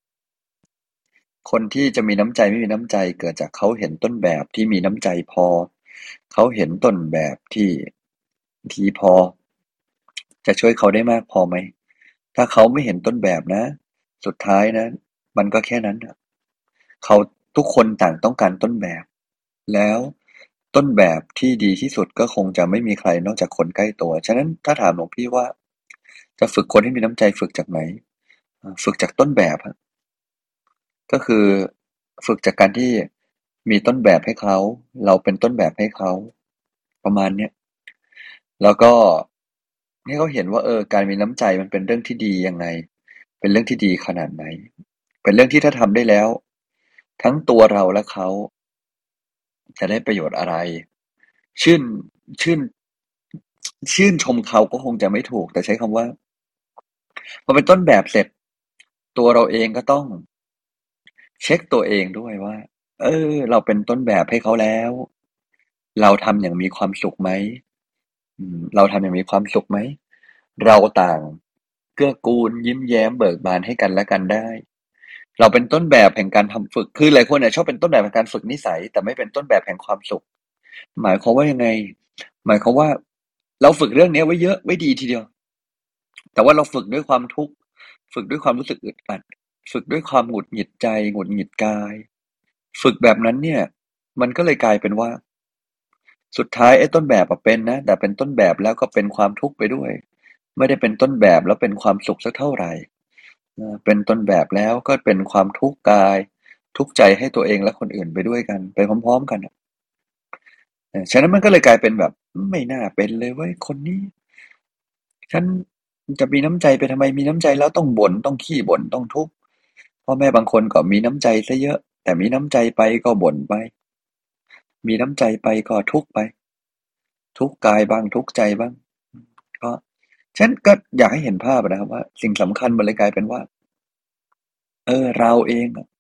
คนที่จะมีน้ำใจไม่มีน้ำใจเกิดจากเขาเห็นต้นแบบที่มีน้ำใจพอเขาเห็นต้นแบบที่ที่พอจะช่วยเขาได้มากพอไหมถ้าเขาไม่เห็นต้นแบบนะสุดท้ายนะมันก็แค่นั้นน่ะเขาทุกคนต่างต้องการต้นแบบแล้วต้นแบบที่ดีที่สุดก็คงจะไม่มีใครนอกจากคนใกล้ตัวฉะนั้นถ้าถามหลวงพี่ว่าจะฝึกคนให้มีน้ำใจฝึกจากไหนอ่าฝึกจากต้นแบบครับก็คือฝึกจากการที่มีต้นแบบให้เขาเราเป็นต้นแบบให้เขาประมาณเนี้ยแล้วก็ให้เขาเห็นว่าเออการมีน้ำใจมันเป็นเรื่องที่ดียังไงเป็นเรื่องที่ดีขนาดไหนเป็นเรื่องที่ถ้าทำได้แล้วทั้งตัวเราและเขาจะได้ประโยชน์อะไรชื่นชื่นชื่นชมเขาก็คงจะไม่ถูกแต่ใช้คำว่าพอเป็นต้นแบบเสร็จตัวเราเองก็ต้องเช็คตัวเองด้วยว่าเออเราเป็นต้นแบบให้เขาแล้วเราทำอย่างมีความสุขไหมอืมเราทำอย่างมีความสุขไหมเราต่างเกื้อกูลยิ้มแย้มเบิกบานให้กันและกันได้เราเป็นต้นแบบแห่งการทำฝึกคือหลายคนเนี่ยชอบเป็นต้นแบบแห่งการฝึกนิสัยแต่ไม่เป็นต้นแบบแห่งความสุขหมายความว่ายังไงหมายความว่าเราฝึกเรื่องนี้ไว้เยอะไว้ดีทีเดียวแต่ว่าเราฝึกด้วยความทุกข์ฝึกด้วยความรู้สึกอึดอัดฝึกด้วยความหงุดหงิดใจหงุดหงิดกายฝึกแบบนั้นเนี่ยมันก็เลยกลายเป็นว่าสุดท้ายไอ้ต้นแบบอะเป็นนะแต่เป็นต้นแบบแล้วก็เป็นความทุกข์ไปด้วยไม่ได้เป็นต้นแบบแล้วเป็นความสุขสักเท่าไหร่เออเป็นต้นแบบแล้วก็เป็นความทุกข์กายทุกข์ใจให้ตัวเองและคนอื่นไปด้วยกันไปพร้อมๆกันอะเออฉะนั้นมันก็เลยกลายเป็นแบบไม่น่าเป็นเลยเว้ยคนนี้ฉันจะมีน้ำใจไปทำไมมีน้ำใจแล้วต้องบ่นต้องขี้บ่นต้องทุกข์พ่อแม่บางคนก็มีน้ำใจซะเยอะแต่มีน้ำใจไปก็บ่นไปมีน้ำใจไปก็ทุกข์ไปทุกข์กายบ้างทุกข์ใจบ้างก็ฉะนั้นก็อยากให้เห็นภาพอะนะครับว่าสิ่งสำคัญมันเลยกลายเป็นว่าเออเราเองอะ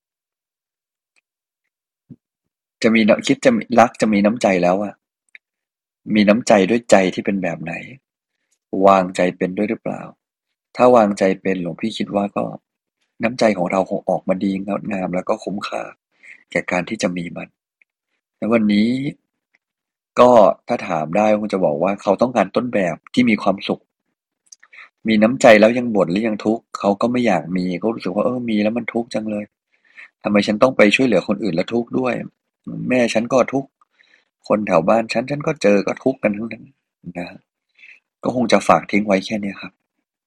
จะมีนคิดจะมีรักจะมีน้ำใจแล้วอะมีน้ำใจด้วยใจที่เป็นแบบไหนวางใจเป็นด้วยหรือเปล่าถ้าวางใจเป็นหลวงพี่คิดว่าก็น้ำใจของเราคงออกมาดีงดงามแล้วก็คุ้มค่าแก่การที่จะมีมันแล้ววันนี้ก็ถ้าถามได้คงจะบอกว่าเขาต้องการต้นแบบที่มีความสุขมีน้ำใจแล้วยังบ่นหรือยังทุกข์เขาก็ไม่อยากมีเขารู้สึกว่าเออมีแล้วมันทุกข์จังเลยทำไมฉันต้องไปช่วยเหลือคนอื่นแล้วทุกข์ด้วยแม่ฉันก็ทุกข์คนแถวบ้านฉันฉันก็เจอก็ทุกข์กันทั้งนั้นนะก็คงจะฝากทิ้งไว้แค่นี้ครับ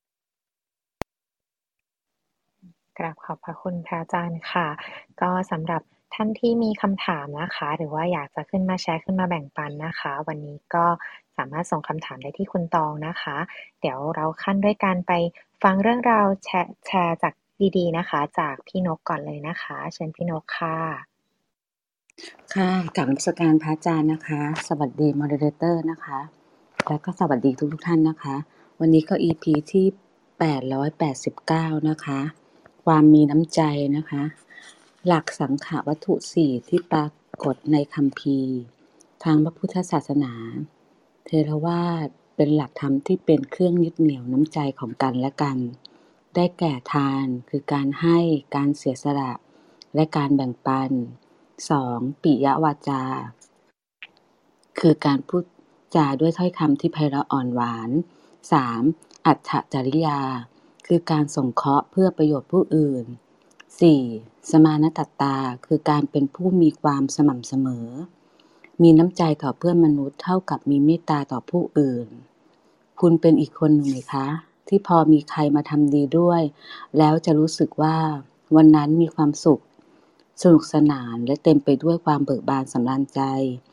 กราบขอบพระคุณพระอาจารย์ค่ะก็สำหรับท่านที่มีคำถามนะคะหรือว่าอยากจะขึ้นมาแชร์ขึ้นมาแบ่งปันนะคะวันนี้ก็สามารถส่งคำถามได้ที่คุณตองนะคะเดี๋ยวเราขั้นด้วยการไปฟังเรื่องราวแชร์แชร์จากดีๆนะคะจากพี่นกก่อนเลยนะคะเชิญพี่นกค่ะค่ะกราบนมัสการพระอาจารย์นะคะสวัสดีมอดเรเตอร์นะคะแล้วก็สวัสดีทุกๆท่านนะคะวันนี้ก็ อี พี ที่แปดร้อยแปดสิบเก้านะคะความมีน้ำใจนะคะหลักสังขารวัตถุสี่ที่ปรากฏในคัมภีร์ทางพระพุทธศาสนาเทรวาทเป็นหลักธรรมที่เป็นเครื่องยึดเหนี่ยวน้ำใจของกันและกันได้แก่ทานคือการให้การเสียสละและการแบ่งปันสองปิยวาจาคือการพูดจาด้วยถ้อยคำที่ไพเราะอ่อนหวานสามอัตถจริยาคือการสงเคราะห์เพื่อประโยชน์ผู้อื่นสี่สมานตัตตาคือการเป็นผู้มีความสม่ำเสมอมีน้ำใจต่อเพื่อนมนุษย์เท่ากับมีเมตตาต่อผู้อื่นคุณเป็นอีกคนหนึ่งไหมคะที่พอมีใครมาทำดีด้วยแล้วจะรู้สึกว่าวันนั้นมีความสุขสนุกสนานและเต็มไปด้วยความเบิกบานสำราญใจ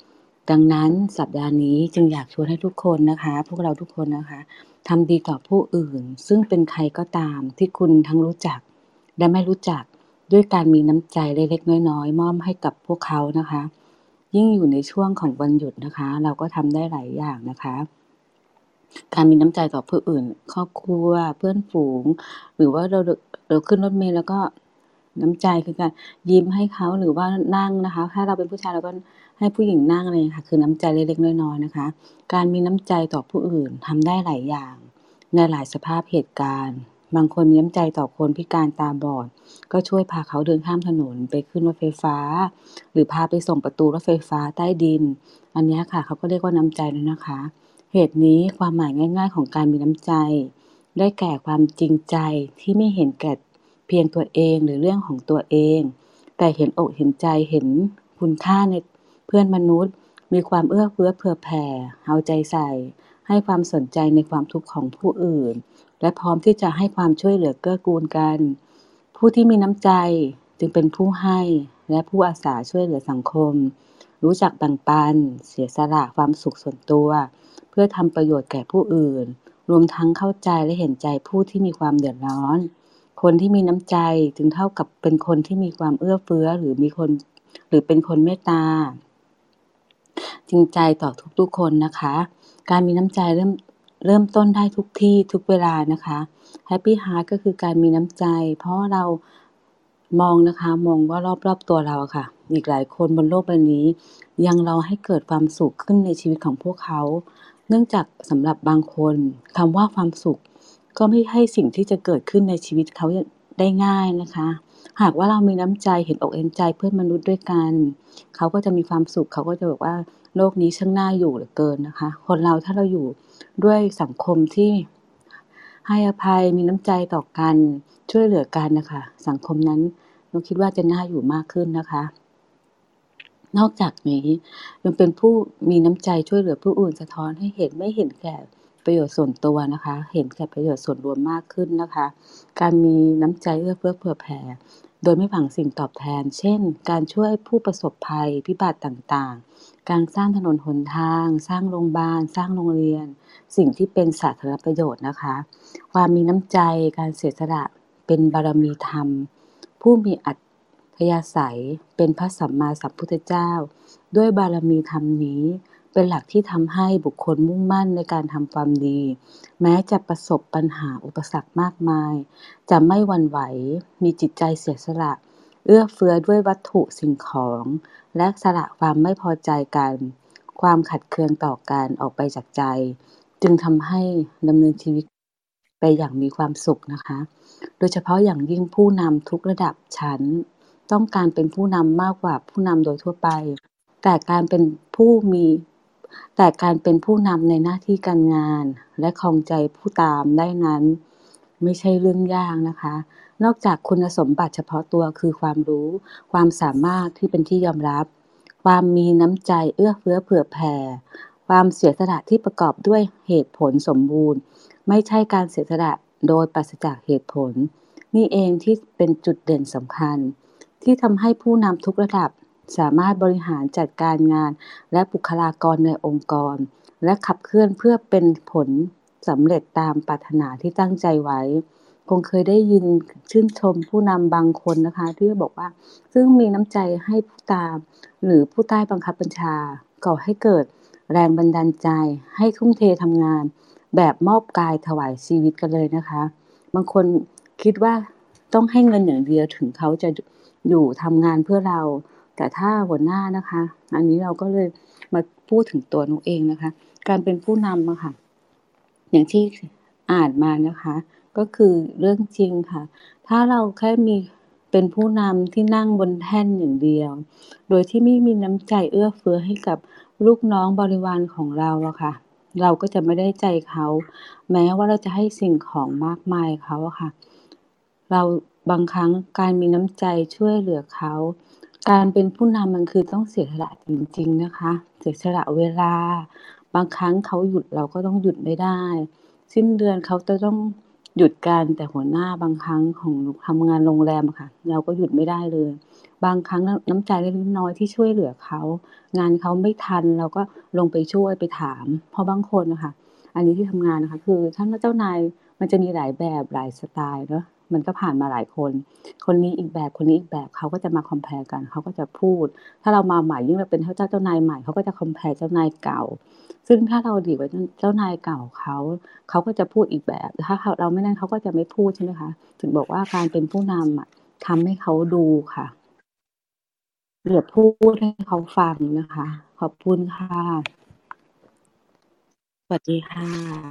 ดังนั้นสัปดาห์นี้จึงอยากชวนให้ทุกคนนะคะพวกเราทุกคนนะคะทำดีต่อผู้อื่นซึ่งเป็นใครก็ตามที่คุณทั้งรู้จักและไม่รู้จักด้วยการมีน้ำใจเล็กๆน้อยๆมอบให้กับพวกเขานะคะยิ่งอยู่ในช่วงของวันหยุดนะคะเราก็ทำได้หลายอย่างนะคะการมีน้ำใจต่อผู้อื่นครอบครัวเพื่อนฝูงหรือว่าเราเราขึ้นรถเมล์แล้วก็น้ำใจคือการยิ้มให้เขาหรือว่านั่งนะคะถ้าเราเป็นผู้ชายเราก็ให้ผู้หญิงนั่งอะไรอย่างเงี้ยค่ะคือน้ำใจเล็กๆน้อยๆนะคะการมีน้ำใจต่อผู้อื่นทำได้หลายอย่างในหลายสภาพเหตุการณ์บางคนมีน้ำใจต่อคนพิการตาบอดก็ช่วยพาเขาเดินข้ามถนนไปขึ้นรถไฟฟ้าหรือพาไปส่งประตูรถไฟฟ้าใต้ดินอันเนี้ยค่ะเขาก็เรียกว่าน้ำใจแล้วนะคะเหตุนี้ความหมายง่ายๆของการมีน้ำใจได้แก่ความจริงใจที่ไม่เห็นแก่เพียงตัวเองหรือเรื่องของตัวเองแต่เห็นอกเห็นใจเห็นคุณค่าในเพื่อนมนุษย์มีความเอื้อเฟื้อเผื่อแผ่เอาใจใส่ให้ความสนใจในความทุกข์ของผู้อื่นและพร้อมที่จะให้ความช่วยเหลือเกื้อกูลกันผู้ที่มีน้ำใจจึงเป็นผู้ให้และผู้อาสาช่วยเหลือสังคมรู้จักแบ่งปันเสียสละความสุขส่วนตัวเพื่อทำประโยชน์แก่ผู้อื่นรวมทั้งเข้าใจและเห็นใจผู้ที่มีความเดือดร้อนคนที่มีน้ำใจจึงเท่ากับเป็นคนที่มีความเอื้อเฟื้อหรือมีคนหรือเป็นคนเมตตาจริงใจต่อทุกๆคนนะคะการมีน้ำใจเริ่มเริ่มต้นได้ทุกที่ทุกเวลานะคะ Happy Heart ก็คือการมีน้ำใจเพราะเรามองนะคะมองว่ารอบๆตัวเราค่ะอีกหลายคนบนโลกใบนี้ยังรอให้เกิดความสุขขึ้นในชีวิตของพวกเขาเนื่องจากสำหรับบางคนคำว่าความสุขก็ไม่ใช่สิ่งที่จะเกิดขึ้นในชีวิตเขาได้ง่ายนะคะหากว่าเรามีน้ำใจเห็นอกเห็นใจเพื่อนมนุษย์ด้วยกันเขาก็จะมีความสุขเขาก็จะบอกว่าโลกนี้ช่างน่าอยู่เหลือเกินนะคะคนเราถ้าเราอยู่ด้วยสังคมที่ให้อภัยมีน้ำใจต่อกันช่วยเหลือกันนะคะสังคมนั้นเราคิดว่าจะน่าอยู่มากขึ้นนะคะนอกจากนี้ยังเป็นผู้มีน้ำใจช่วยเหลือผู้อื่นสะท้อนให้เห็นไม่เห็นแก่ประโยชน์ส่วนตัวนะคะเห็นแก่ประโยชน์ส่วนรวมมากขึ้นนะคะการมีน้ำใจเอื้อเฟื้อเผื่อแผ่โดยไม่หวังสิ่งตอบแทนเช่นการช่วยผู้ประสบภัยพิบัติต่างๆการสร้างถนนหนทางสร้างโรงพยาบาลสร้างโรงเรียนสิ่งที่เป็นสาธารณประโยชน์นะคะความมีน้ำใจการเสียสละเป็นบารมีธรรมผู้มีอัตถยาศัยเป็นพระสัมมาสัมพุทธเจ้าด้วยบารมีธรรมนี้เป็นหลักที่ทำให้บุคคลมุ่งมั่นในการทำความดีแม้จะประสบปัญหาอุปสรรคมากมายจะไม่หวั่นไหวมีจิตใจเสียสละเอื้อเฟื้อด้วยวัตถุสิ่งของและสละความไม่พอใจกันความขัดเคืองต่อกันออกไปจากใจจึงทำให้ดำเนินชีวิตไปอย่างมีความสุขนะคะโดยเฉพาะอย่างยิ่งผู้นำทุกระดับชั้นต้องการเป็นผู้นำมากกว่าผู้นำโดยทั่วไปแต่การเป็นผู้มีแต่การเป็นผู้นำในหน้าที่การงานและครองใจผู้ตามได้นั้นไม่ใช่เรื่องยากนะคะนอกจากคุณสมบัติเฉพาะตัวคือความรู้ความสามารถที่เป็นที่ยอมรับความมีน้ำใจเอื้อเฟื้อเผื่อแผ่ความเสียสละที่ประกอบด้วยเหตุผลสมบูรณ์ไม่ใช่การเสียสละโดยปราศจากเหตุผลนี่เองที่เป็นจุดเด่นสำคัญที่ทำให้ผู้นำทุกระดับสามารถบริหารจัดการงานและบุคลากรในองค์กรและขับเคลื่อนเพื่อเป็นผลสำเร็จตามปรารถนาที่ตั้งใจไว้คงเคยได้ยินชื่นชมผู้นำบางคนนะคะที่บอกว่าซึ่งมีน้ำใจให้ผู้ตามหรือผู้ใต้บังคับบัญชาก่อให้เกิดแรงบันดาลใจให้ทุ่มเททำงานแบบมอบกายถวายชีวิตกันเลยนะคะบางคนคิดว่าต้องให้เงินอย่างเดียวถึงเขาจะอยู่ทำงานเพื่อเราแต่ถ้าหัวหน้านะคะอันนี้เราก็เลยมาพูดถึงตัวนุกเองนะคะการเป็นผู้นำอะค่ะอย่างที่อ่านมานะคะก็คือเรื่องจริงค่ะถ้าเราแค่มีเป็นผู้นำที่นั่งบนแท่นอย่างเดียวโดยที่ไม่มีน้ำใจเอื้อเฟื้อให้กับลูกน้องบริวารของเราอะค่ะเราก็จะไม่ได้ใจเขาแม้ว่าเราจะให้สิ่งของมากมายเขาอะค่ะเราบางครั้งการมีน้ำใจช่วยเหลือเขาการเป็นผู้นำมันคือต้องเสียสละจริงๆนะคะเสียสละเวลาบางครั้งเขาหยุดเราก็ต้องหยุดไม่ได้สิ้นเดือนเขาจะต้องหยุดกันแต่หัวหน้าบางครั้งของทำงานโรงแรมอะค่ะเราก็หยุดไม่ได้เลยบางครั้งน้ำใจเล็กน้อยที่ช่วยเหลือเขางานเขาไม่ทันเราก็ลงไปช่วยไปถามเพราะบางคนนะคะอันนี้ที่ทำงานนะคะคือท่านเจ้านายมันจะมีหลายแบบหลายสไตล์เนาะมันก็ผ่านมาหลายคนคนนี้อีกแบบคนนี้อีกแบบเขาก็จะมาคอมแพร์กันเขาก็จะพูดถ้าเรามาใหม่ยิ่งเราเป็นเจ้าเจ้านายใหม่เขาก็จะคอมแพร์เจ้านายเก่าซึ่งถ้าเราดีกว่าเจ้านายเก่าเขาเขาก็จะพูดอีกแบบถ้าเราไม่นั่นเขาก็จะไม่พูดใช่ไหมคะถึงบอกว่าการเป็นผู้นำอ่ะทำให้เขาดูค่ะเหลือพูดให้เขาฟังนะคะขอบคุณค่ะสวัสดีค่ะ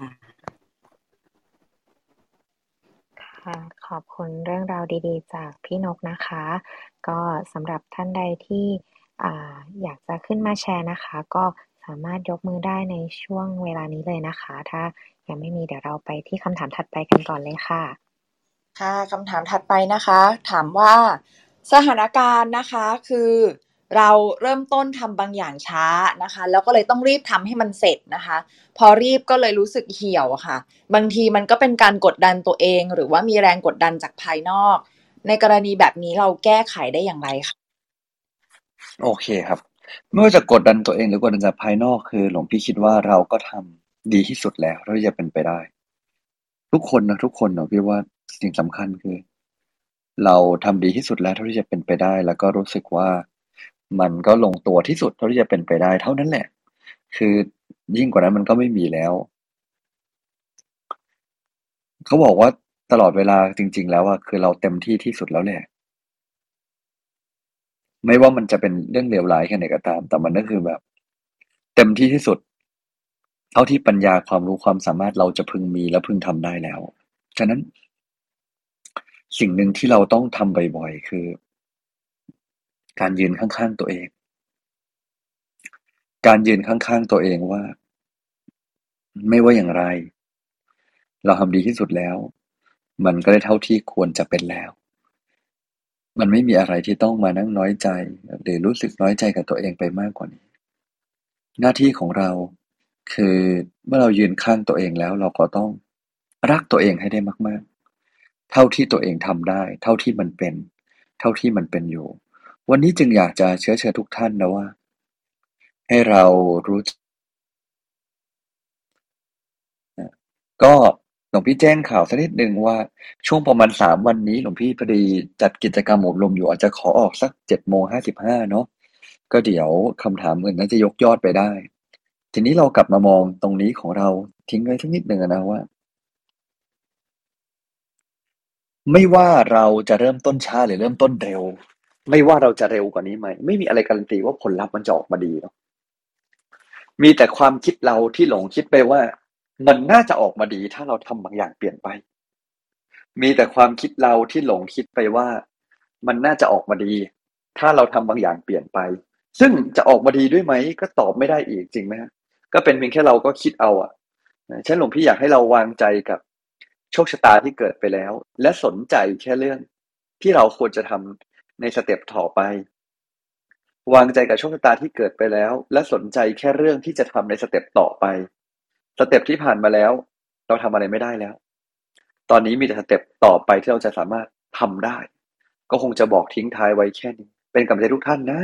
ค่ะขอบคุณเรื่องราวดีๆจากพี่นกนะคะก็สำหรับท่านใดที่อ่าอยากจะขึ้นมาแชร์นะคะก็สามารถยกมือได้ในช่วงเวลานี้เลยนะคะถ้ายังไม่มีเดี๋ยวเราไปที่คำถามถัดไปกันก่อนเลยค่ะค่ะคำถามถัดไปนะคะถามว่าสถานการณ์นะคะคือเราเริ่มต้นทำบางอย่างช้านะคะแล้วก็เลยต้องรีบทำให้มันเสร็จนะคะพอรีบก็เลยรู้สึกเหี่ยวค่ะบางทีมันก็เป็นการกดดันตัวเองหรือว่ามีแรงกดดันจากภายนอกในกรณีแบบนี้เราแก้ไขได้อย่างไรคะโอเคครับไม่ว่าจะกดดันตัวเองหรือกดดันจากภายนอกคือหลวงพี่คิดว่าเราก็ทำดีที่สุดแล้วเท่าที่จะเป็นไปได้ทุกคนนะทุกคนเนาะพี่ว่าสิ่งสำคัญคือเราทำดีที่สุดแล้วเท่าที่จะเป็นไปได้แล้วก็รู้สึกว่ามันก็ลงตัวที่สุดเท่าที่จะเป็นไปได้เท่านั้นแหละคือยิ่งกว่านั้นมันก็ไม่มีแล้วเขาบอกว่าตลอดเวลาจริงๆแล้วอะคือเราเต็มที่ที่สุดแล้วแหละไม่ว่ามันจะเป็นเรื่องเลวร้ายแค่ไหนก็ตามแต่มันก็คือแบบเต็มที่ที่สุดเท่าที่ปัญญาความรู้ความสามารถเราจะพึงมีและพึงทำได้แล้วฉะนั้นสิ่งหนึ่งที่เราต้องทำบ่อยๆคือการยืนข้างๆตัวเองการยืนข้างๆตัวเองว่าไม่ว่าอย่างไรเราทำดีที่สุดแล้วมันก็ได้เท่าที่ควรจะเป็นแล้วมันไม่มีอะไรที่ต้องมานั่งน้อยใจหรือรู้สึกน้อยใจกับตัวเองไปมากกว่านี้หน้าที่ของเราคือเมื่อเรายืนข้างตัวเองแล้วเราก็ต้องรักตัวเองให้ได้มากๆเท่าที่ตัวเองทำได้เท่าที่มันเป็นเท่าที่มันเป็นอยู่วันนี้จึงอยากจะเชื้อเชิญทุกท่านนะว่าให้เรารู้ ก็หลวงพี่แจ้งข่าวสักนิดหนึ่งว่าช่วงประมาณสามวันนี้หลวงพี่พอดีจัดกิจกรรมอบรมอยู่อาจจะขอออกสัก เจ็ดโมงห้าสิบห้า เนาะก็เดี๋ยวคำถามอื่นน่าจะยกยอดไปได้ทีนี้เรากลับมามองตรงนี้ของเราทิ้งไว้สักนิดหนึ่งอะนะว่าไม่ว่าเราจะเริ่มต้นช้าหรือเริ่มต้นเร็วไม่ว่าเราจะเร็วกว่านี้ไหมไม่มีอะไรการันตีว่าผลลัพธ์มันจะออกมาดีเนาะมีแต่ความคิดเราที่หลงคิดไปว่ามันน่าจะออกมาดีถ้าเราทำบางอย่างเปลี่ยนไป มีแต่ความคิดเราที่หลงคิดไปว่ามันน่าจะออกมาดีถ้าเราทำบางอย่างเปลี่ยนไปซึ่งจะออกมาดีด้วยไหมก็ตอบไม่ได้อีกจริงไหมฮะก็เป็นเพียงแค่เราก็คิดเอาอ่ะฉะนั้นหลวงพี่อยากให้เราวางใจกับโชคชะตาที่เกิดไปแล้วและสนใจแค่เรื่องที่เราควรจะทำในสเต็ปต่อไปวางใจกับโชคชะตาที่เกิดไปแล้วและสนใจแค่เรื่องที่จะทำในสเต็ปต่อไปสเต็ปที่ผ่านมาแล้วเราทำอะไรไม่ได้แล้ว ตอนนี้มีแต่สเต็ปต่อไปที่เราจะสามารถทำได้ก็คงจะบอกทิ้งท้ายไว้แค่นี้เป็นกำลังใจทุกท่านนะ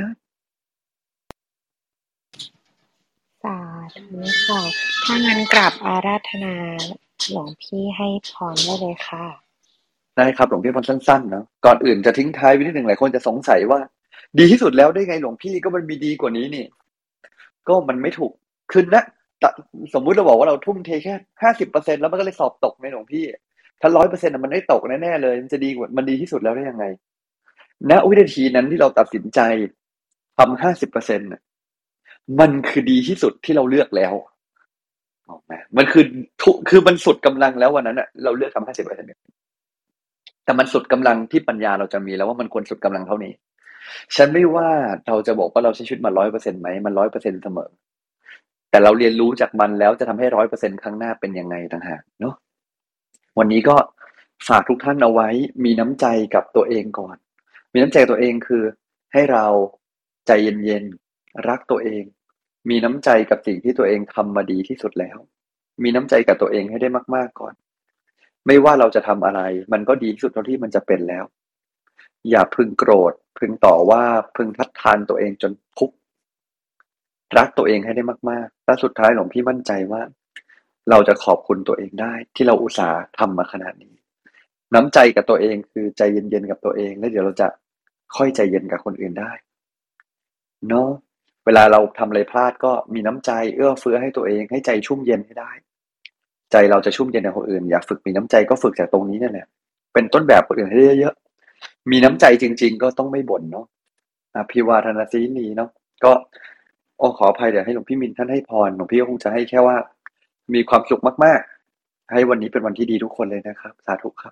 สาธุค่ะถ้างั้นกราบอาราธนาหลวงพี่ให้พรได้เลยค่ะได้ครับหลวงพี่พรสั้นๆเนาะก่อนอื่นจะทิ้งท้ายไว้นิดหนึ่งหลายคนจะสงสัยว่าดีที่สุดแล้วได้ไงหลวงพี่ก็มันมีดีกว่านี้นี่ก็มันไม่ถูกคือนะสมมุติเราบอกว่าเราทุ่มเทแค่ห้าสิบเปอร์เซ็นต์แล้วมันก็เลยสอบตกในหลวงพี่ถ้าร้อยเปอร์เซ็นต์มันไม่ตกแน่ๆเลยมันจะดีกว่ามันดีที่สุดแล้วได้ยังไงณวินาทีนั้นที่เราตัดสินใจทำห้าสิบเปอร์เซ็นต์มันคือดีที่สุดที่เราเลือกแล้วออกไหมมันคือทุคือมันสุดกำลังแล้ววันนั้นอะเราเลือกทำห้าสิบเปอร์เซ็นต์แต่มันสุดกำลังที่ปัญญาเราจะมีแล้วว่ามันควรสุดกำลังเท่านี้ฉันไม่ว่าเราจะบอกว่าเราใช้ชีวิตมาร้อยเปอร์เซ็นต์ไหมมันร้อยเปอร์เซ็นต์เสมอแต่เราเรียนรู้จากมันแล้วจะทำให้ร้อยเปอร์เซ็นต์ครั้งหน้าเป็นยังไงต่างหากเนาะวันนี้ก็ฝากทุกท่านเอาไว้มีน้ำใจกับตัวเองก่อนมีน้ำใจกับตัวเองคือให้เราใจเย็นๆรักตัวเองมีน้ำใจกับสิ่งที่ตัวเองทำมาดีที่สุดแล้วมีน้ำใจกับตัวเองให้ได้มากๆก่อนไม่ว่าเราจะทำอะไรมันก็ดีที่สุดเท่าที่มันจะเป็นแล้วอย่าพึงโกรธพึงต่อว่าพึงทัดทานตัวเองจนทุกข์รักตัวเองให้ได้มากๆและสุดท้ายหลวงพี่มั่นใจว่าเราจะขอบคุณตัวเองได้ที่เราอุตส่าห์ทำมาขนาดนี้น้ำใจกับตัวเองคือใจเย็นๆกับตัวเองแล้วเดี๋ยวเราจะค่อยใจเย็นกับคนอื่นได้เนาะเวลาเราทำอะไรพลาดก็มีน้ำใจเอื้อเฟื้อให้ตัวเองให้ใจชุ่มเย็นให้ได้ใจเราจะชุ่มเย็นกับคนอื่นอยากฝึกมีน้ำใจก็ฝึกจากตรงนี้นั่นแหละเป็นต้นแบบคนอื่นให้เยอะๆมีน้ำใจจริงๆก็ต้องไม่บ่นเนาะอภิวาทนาสีนีเนาะก็โอ้ขออภัยเดี๋ยวให้หลวงพี่มินท่านให้พรหลวงพี่ก็คงจะให้แค่ว่ามีความสุขมากๆให้วันนี้เป็นวันที่ดีทุกคนเลยนะครับสาธุครับ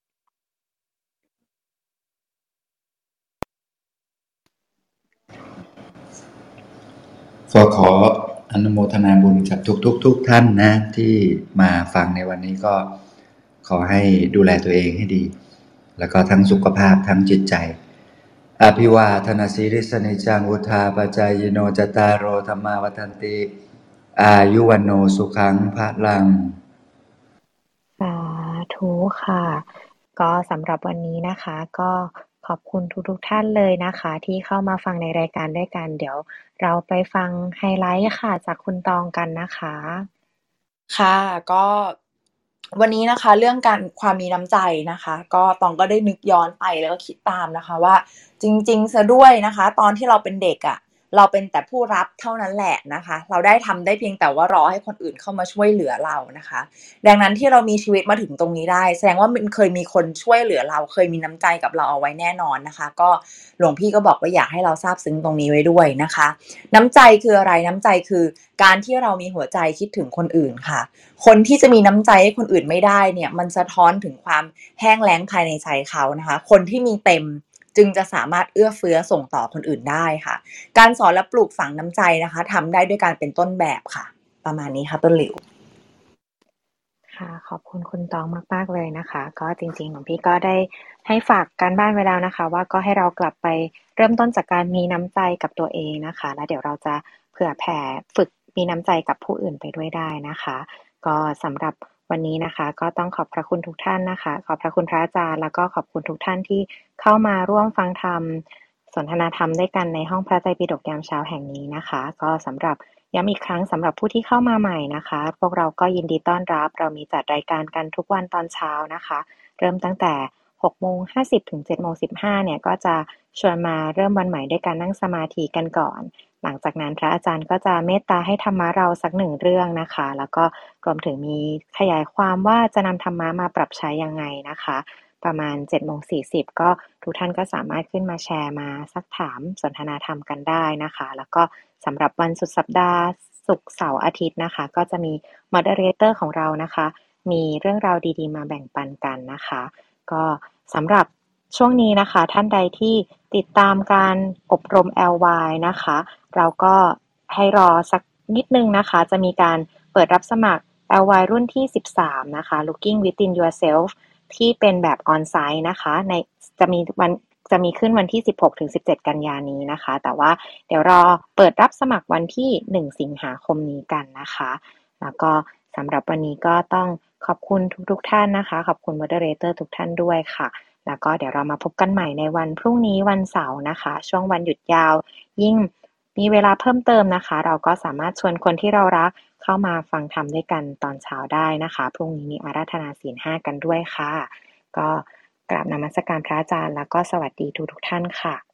ก็ขออนุโมทนาบุญกับทุกทุกทุกท่านนะที่มาฟังในวันนี้ก็ขอให้ดูแลตัวเองให้ดีแล้วก็ทั้งสุขภาพทั้งจิตใจอภิวาทนาสีริสนิจังวุธาปจายโนจตารโรธรรมาวันติอายุวันโนสุขังพลังสาธุค่ะก็สำหรับวันนี้นะคะก็ขอบคุณทุกๆท่านเลยนะคะที่เข้ามาฟังในรายการด้วยกันเดี๋ยวเราไปฟังไฮไลท์ค่ะจากคุณตองกันนะคะค่ะก็วันนี้นะคะเรื่องการความมีน้ำใจนะคะก็ตองก็ได้นึกย้อนไปแล้วก็คิดตามนะคะว่าจริงๆซะด้วยนะคะตอนที่เราเป็นเด็กอะเราเป็นแต่ผู้รับเท่านั้นแหละนะคะเราได้ทำได้เพียงแต่ว่ารอให้คนอื่นเข้ามาช่วยเหลือเรานะคะดังนั้นที่เรามีชีวิตมาถึงตรงนี้ได้แสดงว่ามันเคยมีคนช่วยเหลือเราเคยมีน้ำใจกับเราเอาไว้แน่นอนนะคะก็หลวงพี่ก็บอกว่าอยากให้เราซาบซึ้งตรงนี้ไว้ด้วยนะคะน้ำใจคืออะไรน้ำใจคือการที่เรามีหัวใจคิดถึงคนอื่นค่ะคนที่จะมีน้ำใจให้คนอื่นไม่ได้เนี่ยมันสะท้อนถึงความแห้งแล้งภายในใจเขานะคะคนที่มีเต็มจึงจะสามารถเอื้อเฟื้อส่งต่อคนอื่นได้ค่ะการสอนและปลูกฝังน้ำใจนะคะทำได้ด้วยการเป็นต้นแบบค่ะประมาณนี้ค่ะต้นหลิวค่ะขอบคุณคุณตองมากๆเลยนะคะก็จริงๆหลวงพี่ก็ได้ให้ฝากการบ้านไว้แล้วนะคะว่าก็ให้เรากลับไปเริ่มต้นจากการมีน้ำใจกับตัวเองนะคะแล้วเดี๋ยวเราจะเผื่อแผ่ฝึกมีน้ำใจกับผู้อื่นไปด้วยได้นะคะก็สำหรับวันนี้นะคะก็ต้องขอบพระคุณทุกท่านนะคะขอบพระคุณพระอาจารย์แล้วก็ขอบคุณทุกท่านที่เข้ามาร่วมฟังธรรมสนทนาธรรมด้วยกันในห้องพระไตรปิฎกยามเช้าแห่งนี้นะคะก็สำหรับย้ำอีกครั้งสำหรับผู้ที่เข้ามาใหม่นะคะพวกเราก็ยินดีต้อนรับเรามีจัดรายการกันทุกวันตอนเช้านะคะเริ่มตั้งแต่หกโมงห้าสิบถึงเจ็ดโมงสิบห้าเนี่ยก็จะชวนมาเริ่มวันใหม่ด้วยการนั่งสมาธิกันก่อนหลังจากนั้นพระอาจารย์ก็จะเมตตาให้ธรรมะเราสักหนึ่งเรื่องนะคะแล้วก็รวมถึงมีขยายความว่าจะนำธรรมะมาปรับใช้ยังไงนะคะประมาณ เจ็ดโมงสี่สิบ ก็ทุกท่านก็สามารถขึ้นมาแชร์มาซักถามสนทนาธรรมกันได้นะคะแล้วก็สำหรับวันสุดสัปดาห์ศุกร์เสาร์อาทิตย์นะคะก็จะมี Moderator ของเรานะคะมีเรื่องราวดีๆมาแบ่งปันกันนะคะก็สำหรับช่วงนี้นะคะท่านใดที่ติดตามการอบรม แอล วาย นะคะเราก็ให้รอสักนิดนึงนะคะจะมีการเปิดรับสมัคร แอล วาย รุ่นที่สิบสามนะคะ Looking Within Yourself ที่เป็นแบบออนไซต์นะคะในจะมีวันจะมีขึ้นวันที่ สิบหกถึงสิบเจ็ด กันยายนนี้นะคะแต่ว่าเดี๋ยวรอเปิดรับสมัครวันที่ หนึ่ง สิงหาคมนี้กันนะคะแล้วก็สำหรับวันนี้ก็ต้องขอบคุณทุกๆท่านนะคะขอบคุณ Moderator ทุกท่านด้วยค่ะแล้วก็เดี๋ยวเรามาพบกันใหม่ในวันพรุ่งนี้วันเสาร์นะคะช่วงวันหยุดยาวยิ่งมีเวลาเพิ่มเติมนะคะเราก็สามารถชวนคนที่เรารักเข้ามาฟังธรรมด้วยกันตอนเช้าได้นะคะพรุ่งนี้มีอาราธนาศีลห้ากันด้วยค่ะก็กราบนมัสการพระอาจารย์แล้วก็สวัสดีทุกๆท่านค่ะ